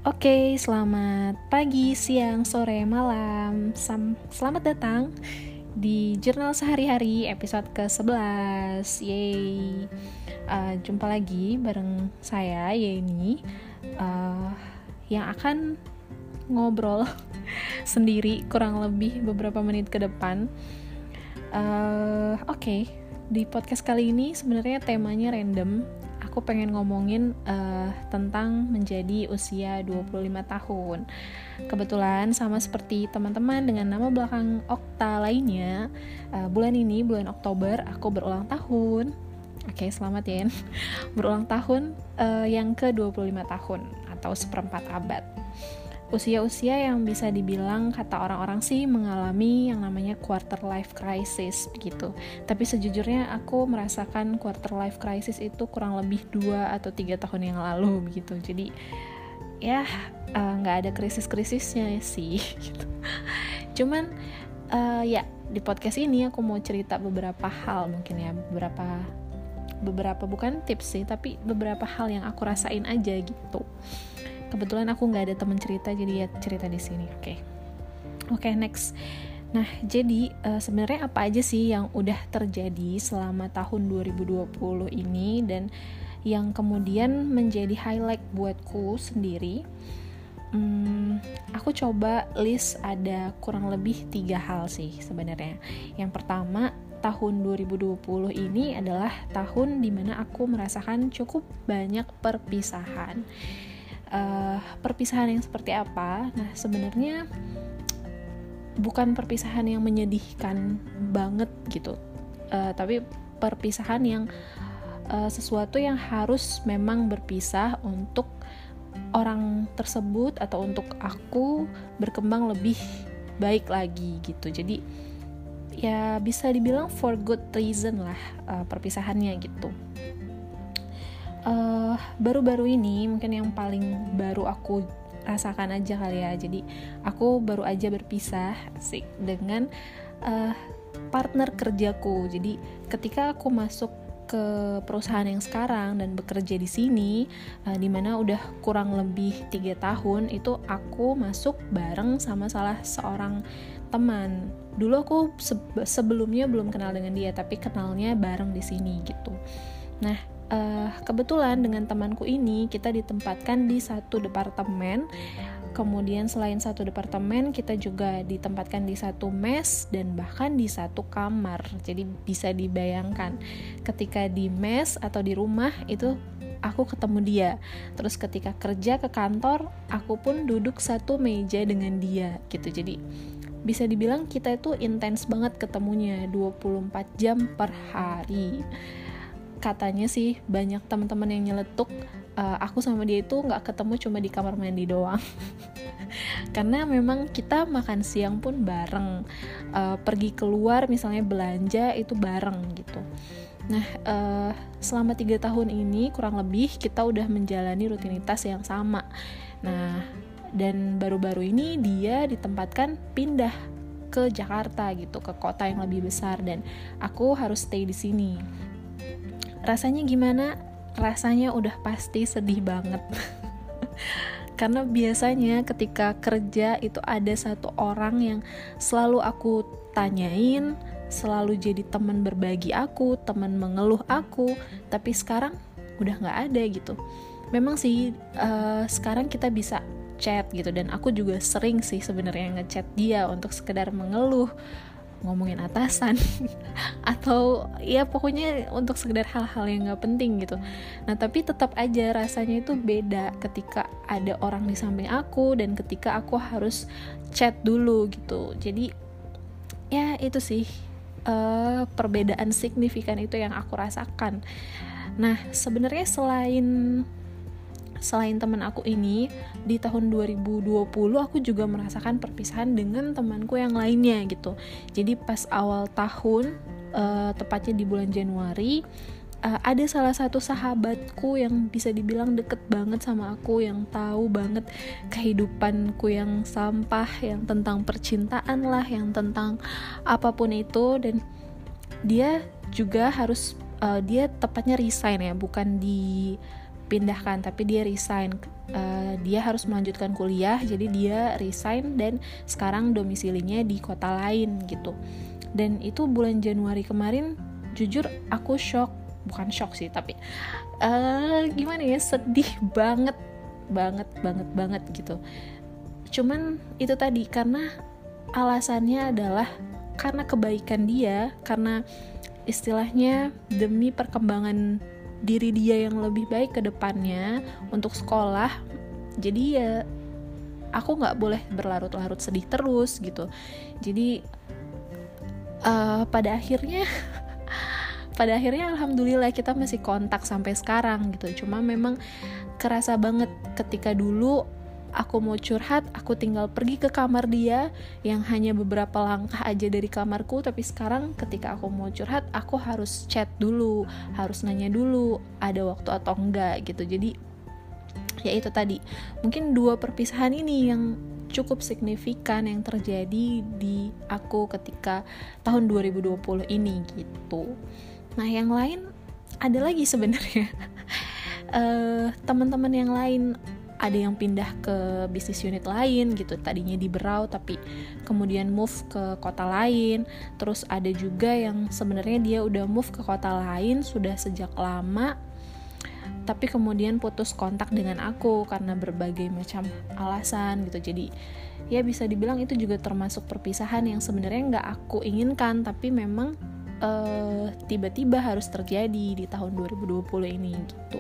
Oke, selamat pagi, siang, sore, malam. Selamat datang di Jurnal Sehari-hari episode ke-11. Yeay. Jumpa lagi bareng saya, Yeni, yang akan ngobrol sendiri kurang lebih beberapa menit ke depan. Oke, di podcast kali ini sebenarnya temanya random. Aku pengen ngomongin tentang menjadi usia 25 tahun. Kebetulan sama seperti teman-teman dengan nama belakang Okta lainnya, bulan ini, bulan Oktober, aku berulang tahun. Oke, selamat ya. Berulang tahun yang ke-25 tahun atau seperempat abad. Usia-usia yang bisa dibilang kata orang-orang sih mengalami yang namanya quarter life crisis begitu. Tapi sejujurnya aku merasakan quarter life crisis itu kurang lebih 2 atau 3 tahun yang lalu begitu. Jadi ya gak ada krisis-krisisnya sih gitu. Cuman ya di podcast ini aku mau cerita beberapa hal, mungkin ya beberapa bukan tips sih, tapi beberapa hal yang aku rasain aja gitu. Kebetulan aku nggak ada teman cerita, jadi ya cerita di sini. Oke, next. Nah, jadi sebenarnya apa aja sih yang udah terjadi selama tahun 2020 ini dan yang kemudian menjadi highlight buatku sendiri? Aku coba list ada kurang lebih 3 hal sih sebenarnya. Yang pertama, tahun 2020 ini adalah tahun dimana aku merasakan cukup banyak perpisahan. Perpisahan yang seperti apa? Nah, sebenarnya bukan perpisahan yang menyedihkan banget gitu, tapi perpisahan yang sesuatu yang harus memang berpisah untuk orang tersebut atau untuk aku berkembang lebih baik lagi gitu. Jadi ya bisa dibilang for good reason lah perpisahannya gitu. Baru-baru ini mungkin yang paling baru aku rasakan aja kali ya. Jadi aku baru aja berpisah sih dengan partner kerjaku. Jadi ketika aku masuk ke perusahaan yang sekarang dan bekerja di sini, dimana udah kurang lebih 3 tahun, itu aku masuk bareng sama salah seorang teman. Dulu aku sebelumnya belum kenal dengan dia, tapi kenalnya bareng di sini gitu. Nah, kebetulan dengan temanku ini kita ditempatkan di satu departemen. Kemudian selain satu departemen, kita juga ditempatkan di satu mes dan bahkan di satu kamar. Jadi bisa dibayangkan ketika di mes atau di rumah itu aku ketemu dia. Terus ketika kerja ke kantor, aku pun duduk satu meja dengan dia gitu. Jadi bisa dibilang kita itu intens banget ketemunya 24 jam per hari. Katanya sih banyak teman-teman yang nyeletuk aku sama dia itu nggak ketemu cuma di kamar mandi doang. Karena memang kita makan siang pun bareng, pergi keluar misalnya belanja itu bareng gitu. Nah, selama 3 tahun ini kurang lebih kita udah menjalani rutinitas yang sama. Nah, dan baru-baru ini dia ditempatkan pindah ke Jakarta gitu, ke kota yang lebih besar, dan aku harus stay di sini. Rasanya gimana? Rasanya udah pasti sedih banget. Karena biasanya ketika kerja itu ada satu orang yang selalu aku tanyain, selalu jadi teman berbagi aku, teman mengeluh aku, tapi sekarang udah gak ada gitu. Memang sih sekarang kita bisa chat gitu, dan aku juga sering sih sebenarnya ngechat dia untuk sekedar mengeluh, ngomongin atasan atau ya pokoknya untuk sekedar hal-hal yang gak penting gitu. Nah, tapi tetap aja rasanya itu beda ketika ada orang di samping aku dan ketika aku harus chat dulu gitu. Jadi ya itu sih perbedaan signifikan itu yang aku rasakan. Nah, sebenarnya selain teman aku ini, di tahun 2020 aku juga merasakan perpisahan dengan temanku yang lainnya gitu. Jadi pas awal tahun, tepatnya di bulan Januari, ada salah satu sahabatku yang bisa dibilang deket banget sama aku, yang tahu banget kehidupanku yang sampah, yang tentang percintaan lah, yang tentang apapun itu. Dan dia juga harus dia tepatnya resign ya, bukan di dipindahkan, tapi dia resign. Dia harus melanjutkan kuliah, jadi dia resign dan sekarang domisilinya di kota lain gitu. Dan itu bulan Januari kemarin, jujur aku bukan shock sih, tapi gimana ya, sedih banget gitu. Cuman itu tadi, karena alasannya adalah karena kebaikan dia, karena istilahnya demi perkembangan diri dia yang lebih baik ke depannya untuk sekolah. Jadi ya aku gak boleh berlarut-larut sedih terus gitu. Jadi pada akhirnya alhamdulillah kita masih kontak sampai sekarang gitu. Cuma memang kerasa banget ketika dulu aku mau curhat, aku tinggal pergi ke kamar dia yang hanya beberapa langkah aja dari kamarku. Tapi sekarang ketika aku mau curhat, aku harus chat dulu, harus nanya dulu ada waktu atau enggak gitu. Jadi ya itu tadi, mungkin 2 perpisahan ini yang cukup signifikan yang terjadi di aku ketika tahun 2020 ini gitu. Nah yang lain ada lagi sebenarnya. Teman-teman yang lain ada yang pindah ke bisnis unit lain gitu, tadinya di Berau tapi kemudian move ke kota lain. Terus ada juga yang sebenarnya dia udah move ke kota lain sudah sejak lama, tapi kemudian putus kontak dengan aku karena berbagai macam alasan gitu. Jadi ya bisa dibilang itu juga termasuk perpisahan yang sebenarnya gak aku inginkan, tapi memang tiba-tiba harus terjadi di tahun 2020 ini gitu.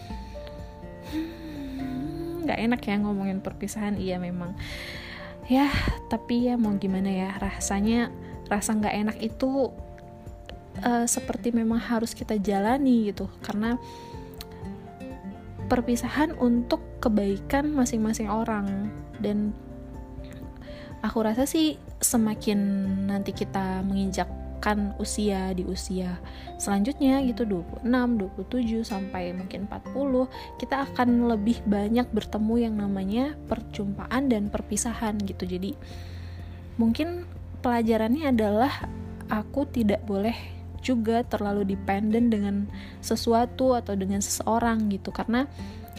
Gak enak ya ngomongin perpisahan, iya memang ya, tapi ya mau gimana ya, rasa gak enak itu seperti memang harus kita jalani gitu, karena perpisahan untuk kebaikan masing-masing orang. Dan aku rasa sih semakin nanti kita menginjakkan di usia selanjutnya gitu, 26, 27 sampai mungkin 40, kita akan lebih banyak bertemu yang namanya perjumpaan dan perpisahan gitu. Jadi mungkin pelajarannya adalah aku tidak boleh juga terlalu dependen dengan sesuatu atau dengan seseorang gitu, karena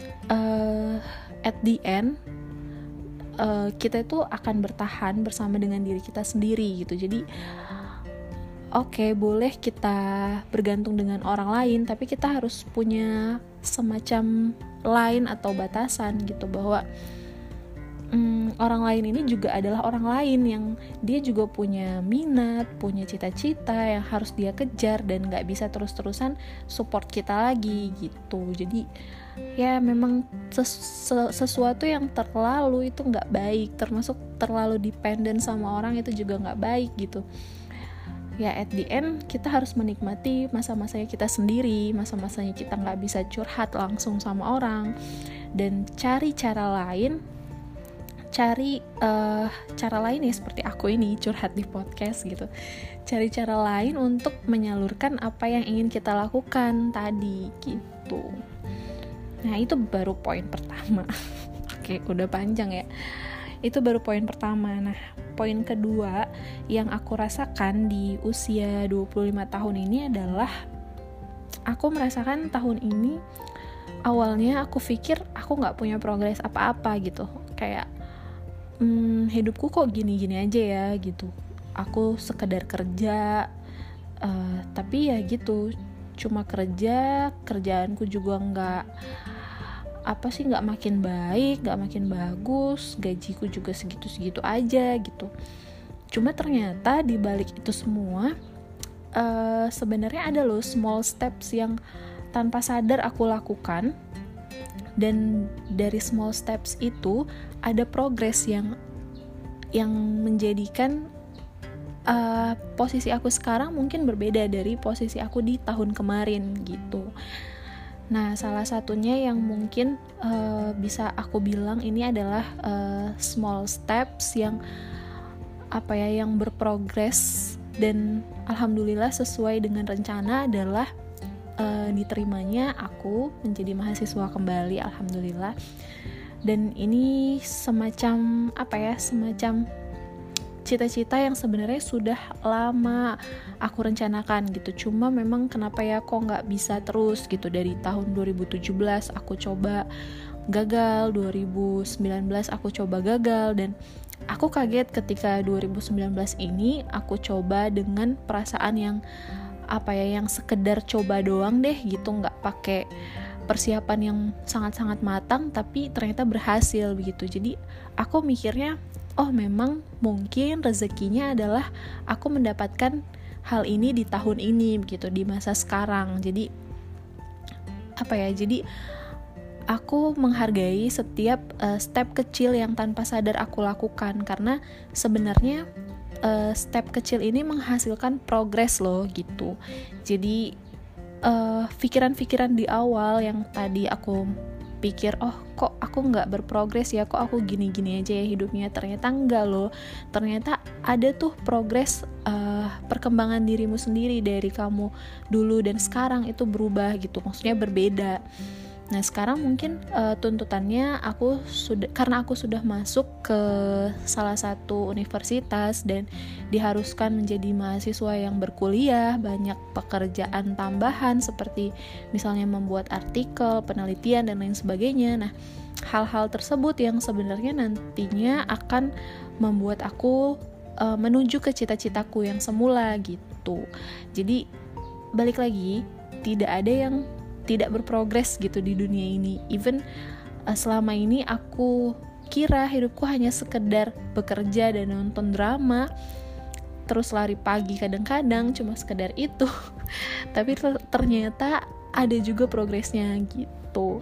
at the end kita itu akan bertahan bersama dengan diri kita sendiri gitu. Jadi oke, boleh kita bergantung dengan orang lain, tapi kita harus punya semacam line atau batasan gitu, bahwa orang lain ini juga adalah orang lain yang dia juga punya minat, punya cita-cita yang harus dia kejar, dan gak bisa terus-terusan support kita lagi gitu. Jadi ya memang sesuatu yang terlalu itu gak baik, termasuk terlalu dependent sama orang itu juga gak baik gitu. Ya at the end kita harus menikmati masa-masanya kita sendiri, masa-masanya kita gak bisa curhat langsung sama orang, dan cari cara lain ya seperti aku ini curhat di podcast gitu. Cari cara lain untuk menyalurkan apa yang ingin kita lakukan tadi gitu. Nah itu baru poin pertama. Oke, udah panjang ya. Itu baru poin pertama. Nah, poin kedua yang aku rasakan di usia 25 tahun ini adalah aku merasakan tahun ini awalnya aku pikir aku gak punya progres apa-apa gitu. Kayak hidupku kok gini-gini aja ya gitu. Aku sekedar kerja, tapi ya gitu, cuma kerjaanku juga nggak makin baik, nggak makin bagus, gajiku juga segitu-segitu aja gitu. Cuma ternyata di balik itu semua sebenarnya ada loh small steps yang tanpa sadar aku lakukan. Dan dari small steps itu ada progres yang menjadikan posisi aku sekarang mungkin berbeda dari posisi aku di tahun kemarin gitu. Nah, salah satunya yang mungkin bisa aku bilang ini adalah small steps yang yang berprogres, dan alhamdulillah sesuai dengan rencana adalah diterimanya aku menjadi mahasiswa kembali, alhamdulillah. Dan ini semacam cita-cita yang sebenarnya sudah lama aku rencanakan gitu. Cuma memang kenapa ya kok nggak bisa terus gitu. Dari tahun 2017 aku coba gagal, 2019 aku coba gagal, dan aku kaget ketika 2019 ini aku coba dengan perasaan yang yang sekedar coba doang deh gitu, nggak pakai persiapan yang sangat-sangat matang, tapi ternyata berhasil begitu. Jadi aku mikirnya, oh memang mungkin rezekinya adalah aku mendapatkan hal ini di tahun ini begitu, di masa sekarang. Jadi jadi aku menghargai setiap step kecil yang tanpa sadar aku lakukan, karena sebenarnya step kecil ini menghasilkan progres loh gitu. Jadi pikiran-pikiran di awal yang tadi aku pikir, oh kok aku nggak berprogres ya, kok aku gini-gini aja ya hidupnya, ternyata enggak loh. Ternyata ada tuh progres, perkembangan dirimu sendiri dari kamu dulu dan sekarang itu berubah gitu, maksudnya berbeda. Nah sekarang mungkin tuntutannya karena aku sudah masuk ke salah satu universitas dan diharuskan menjadi mahasiswa yang berkuliah, banyak pekerjaan tambahan seperti misalnya membuat artikel, penelitian dan lain sebagainya. Nah hal-hal tersebut yang sebenarnya nantinya akan membuat aku menuju ke cita-citaku yang semula gitu. Jadi balik lagi, tidak ada yang tidak berprogres gitu di dunia ini. Even selama ini aku kira hidupku hanya sekedar bekerja dan nonton drama, terus lari pagi kadang-kadang, cuma sekedar itu. Tapi ternyata ada juga progresnya gitu.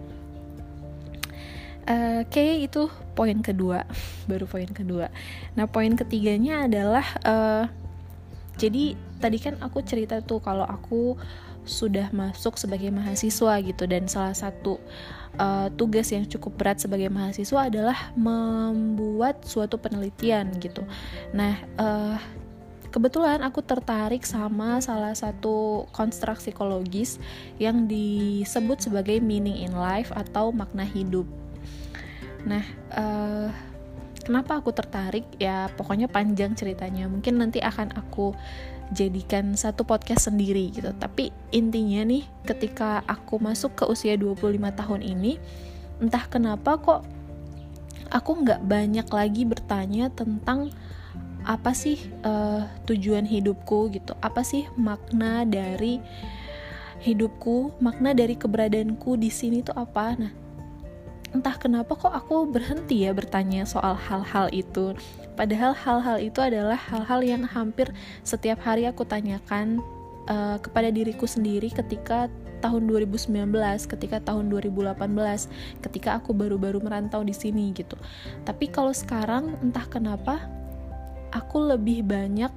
Oke, itu poin kedua. Baru poin kedua. Nah poin ketiganya adalah jadi tadi kan aku cerita tuh kalau aku sudah masuk sebagai mahasiswa gitu, dan salah satu tugas yang cukup berat sebagai mahasiswa adalah membuat suatu penelitian gitu. Nah kebetulan aku tertarik sama salah satu konstruk psikologis yang disebut sebagai meaning in life atau makna hidup. Nah kenapa aku tertarik? Ya pokoknya panjang ceritanya, mungkin nanti akan aku jadikan satu podcast sendiri gitu. Tapi intinya nih, ketika aku masuk ke usia 25 tahun ini, entah kenapa kok aku gak banyak lagi bertanya tentang apa sih tujuan hidupku gitu, apa sih makna dari hidupku, makna dari keberadaanku di sini tuh apa. Nah entah kenapa kok aku berhenti ya bertanya soal hal-hal itu. Padahal hal-hal itu adalah hal-hal yang hampir setiap hari aku tanyakan kepada diriku sendiri ketika tahun 2019, ketika tahun 2018, ketika aku baru-baru merantau di sini gitu. Tapi kalau sekarang entah kenapa aku lebih banyak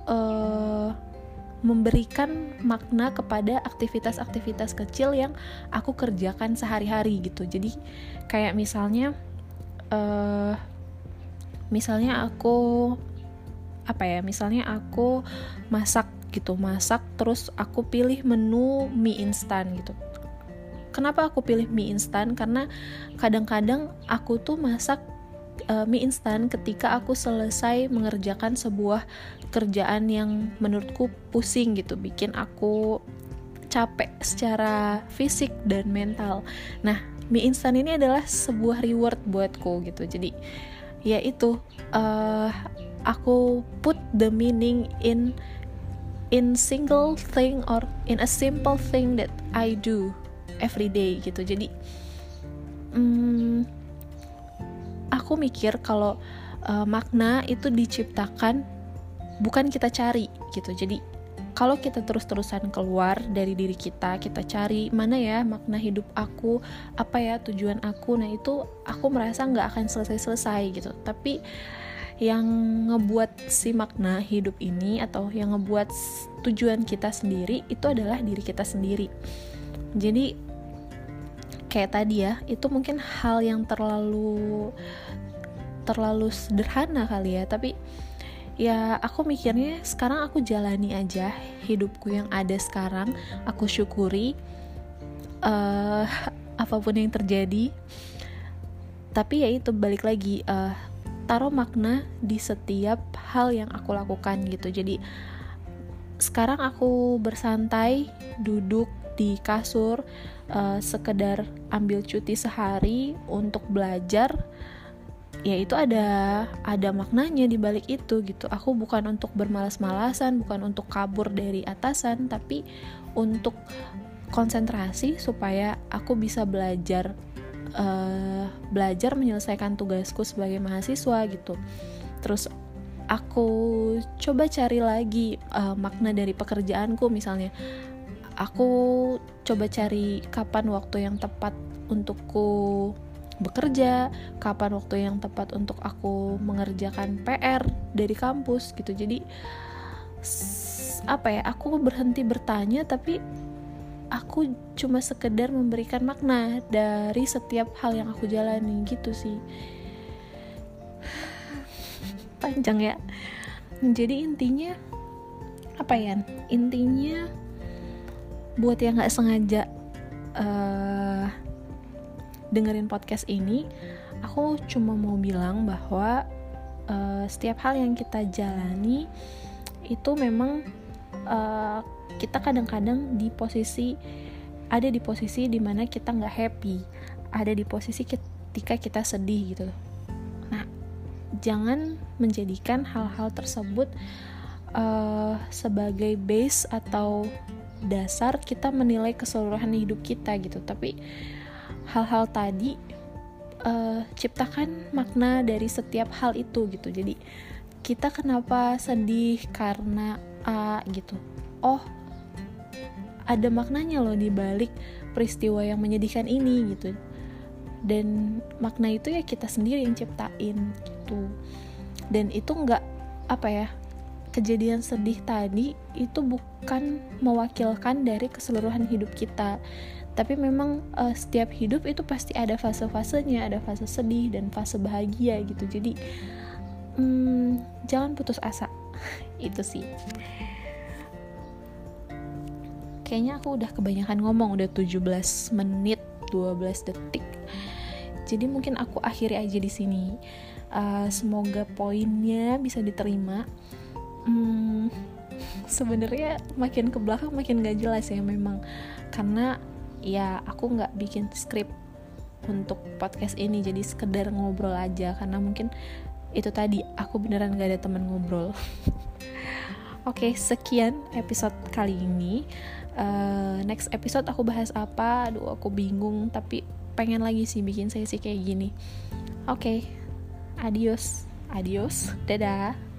memberikan makna kepada aktivitas-aktivitas kecil yang aku kerjakan sehari-hari gitu. Jadi kayak misalnya aku masak terus aku pilih menu mie instan gitu. Kenapa aku pilih mie instan? Karena kadang-kadang aku tuh masak mie instan ketika aku selesai mengerjakan sebuah kerjaan yang menurutku pusing gitu, bikin aku capek secara fisik dan mental. Nah, mie instan ini adalah sebuah reward buatku gitu. Jadi ya itu, aku put the meaning in single thing or in a simple thing that I do every day gitu. Jadi aku mikir kalau makna itu diciptakan, bukan kita cari gitu. Jadi kalau kita terus-terusan keluar dari diri kita cari mana ya makna hidup aku, apa ya tujuan aku, nah itu aku merasa nggak akan selesai-selesai gitu. Tapi yang ngebuat si makna hidup ini atau yang ngebuat tujuan kita sendiri itu adalah diri kita sendiri. Jadi kayak tadi ya, itu mungkin hal yang terlalu sederhana kali ya, tapi ya aku mikirnya sekarang aku jalani aja hidupku yang ada sekarang, aku syukuri apapun yang terjadi. Tapi ya itu balik lagi, taruh makna di setiap hal yang aku lakukan gitu. Jadi sekarang aku bersantai duduk di kasur, sekedar ambil cuti sehari untuk belajar, ya itu ada maknanya di balik itu gitu. Aku bukan untuk bermalas-malasan, bukan untuk kabur dari atasan, tapi untuk konsentrasi supaya aku bisa belajar menyelesaikan tugasku sebagai mahasiswa gitu. Terus aku coba cari lagi makna dari pekerjaanku. Misalnya aku coba cari kapan waktu yang tepat untukku bekerja, kapan waktu yang tepat untuk aku mengerjakan PR dari kampus gitu. Jadi aku berhenti bertanya, tapi aku cuma sekedar memberikan makna dari setiap hal yang aku jalani gitu sih. Panjang ya. Jadi intinya intinya buat yang nggak sengaja dengerin podcast ini, aku cuma mau bilang bahwa setiap hal yang kita jalani itu memang kita kadang-kadang ada di posisi dimana kita nggak happy, ada di posisi ketika kita sedih gitu. Nah, jangan menjadikan hal-hal tersebut sebagai base atau dasar kita menilai keseluruhan hidup kita gitu. Tapi hal-hal tadi ciptakan makna dari setiap hal itu gitu. Jadi kita kenapa sedih karena A gitu, oh ada maknanya loh di balik peristiwa yang menyedihkan ini gitu. Dan makna itu ya kita sendiri yang ciptain gitu. Dan itu nggak kejadian sedih tadi itu bukan mewakilkan dari keseluruhan hidup kita, tapi memang setiap hidup itu pasti ada fase-fasenya, ada fase sedih dan fase bahagia gitu. Jadi jangan putus asa. Itu sih. Kayaknya aku udah kebanyakan ngomong, udah 17 menit 12 detik. Jadi mungkin aku akhiri aja di sini. Semoga poinnya bisa diterima. Sebenarnya makin ke belakang makin gak jelas ya memang, karena ya aku nggak bikin skrip untuk podcast ini, jadi sekedar ngobrol aja, karena mungkin itu tadi aku beneran gak ada teman ngobrol. Oke, sekian episode kali ini. Next episode aku bahas apa? Aduh, aku bingung, tapi pengen lagi sih bikin sesi kayak gini. Oke, adios, dadah.